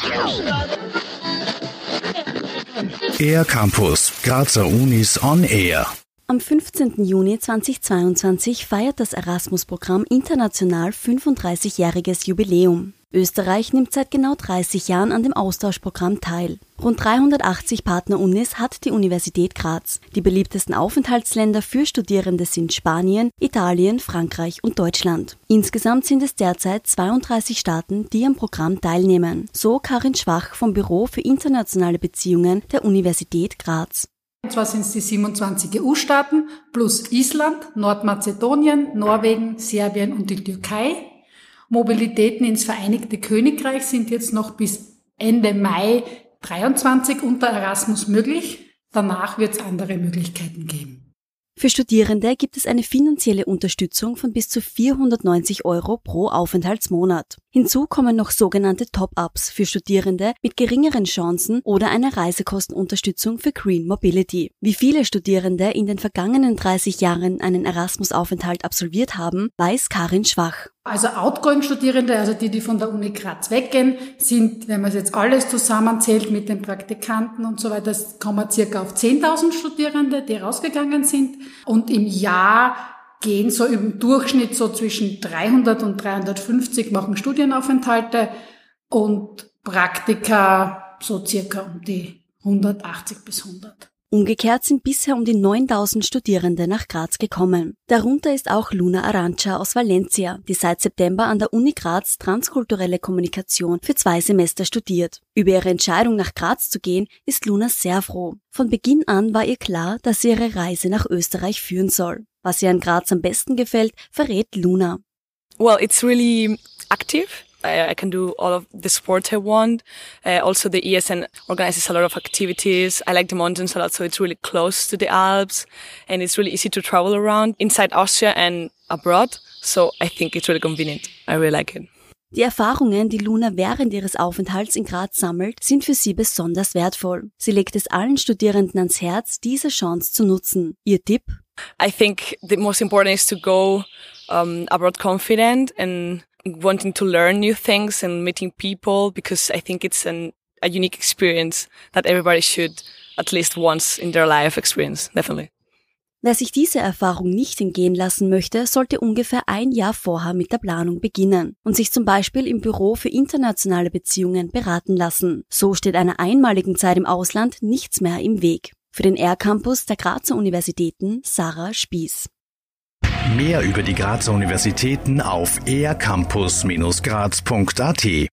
Air Campus, Grazer Unis on Air. Am 15. Juni 2022 feiert das Erasmus-Programm international 35-jähriges Jubiläum. Österreich nimmt seit genau 30 Jahren an dem Austauschprogramm teil. Rund 380 Partnerunis hat die Universität Graz. Die beliebtesten Aufenthaltsländer für Studierende sind Spanien, Italien, Frankreich und Deutschland. Insgesamt sind es derzeit 32 Staaten, die am Programm teilnehmen. So Karin Schwach vom Büro für internationale Beziehungen der Universität Graz. Und zwar sind es die 27 EU-Staaten plus Island, Nordmazedonien, Norwegen, Serbien und die Türkei. Mobilitäten ins Vereinigte Königreich sind jetzt noch bis Ende Mai 2023 unter Erasmus möglich. Danach wird es andere Möglichkeiten geben. Für Studierende gibt es eine finanzielle Unterstützung von bis zu 490 € pro Aufenthaltsmonat. Hinzu kommen noch sogenannte Top-Ups für Studierende mit geringeren Chancen oder eine Reisekostenunterstützung für Green Mobility. Wie viele Studierende in den vergangenen 30 Jahren einen Erasmus-Aufenthalt absolviert haben, weiß Karin Schwach. Also Outgoing-Studierende, also die von der Uni Graz weggehen, sind, wenn man jetzt alles zusammenzählt mit den Praktikanten und so weiter, kommen wir circa auf 10.000 Studierende, die rausgegangen sind. Und im Jahr gehen so im Durchschnitt so zwischen 300 und 350 machen Studienaufenthalte und Praktika so circa um die 180 bis 100. Umgekehrt sind bisher um die 9.000 Studierende nach Graz gekommen. Darunter ist auch Luna Arantxa aus Valencia, die seit September an der Uni Graz transkulturelle Kommunikation für 2 Semester studiert. Über ihre Entscheidung nach Graz zu gehen, ist Luna sehr froh. Von Beginn an war ihr klar, dass sie ihre Reise nach Österreich führen soll. Was ihr an Graz am besten gefällt, verrät Luna. Well, it's really active. I can do all of the sports I want. Also the ESN organizes a lot of activities. I like the mountains a lot, so it's really close to the Alps and it's really easy to travel around inside Austria and abroad. So I think it's really convenient. I really like it. Die Erfahrungen, die Luna während ihres Aufenthalts in Graz sammelt, sind für sie besonders wertvoll. Sie legt es allen Studierenden ans Herz, diese Chance zu nutzen. Ihr Tipp? I think the most important is to go abroad confident and wanting to learn new things and meeting people, because I think it's a unique experience that everybody should at least once in their life experience, definitely. Wer sich diese Erfahrung nicht entgehen lassen möchte, sollte ungefähr ein Jahr vorher mit der Planung beginnen und sich zum Beispiel im Büro für internationale Beziehungen beraten lassen. So steht einer einmaligen Zeit im Ausland nichts mehr im Weg. Für den Air Campus der Grazer Universitäten, Sarah Spieß. Mehr über die Grazer Universitäten auf aircampus-graz.at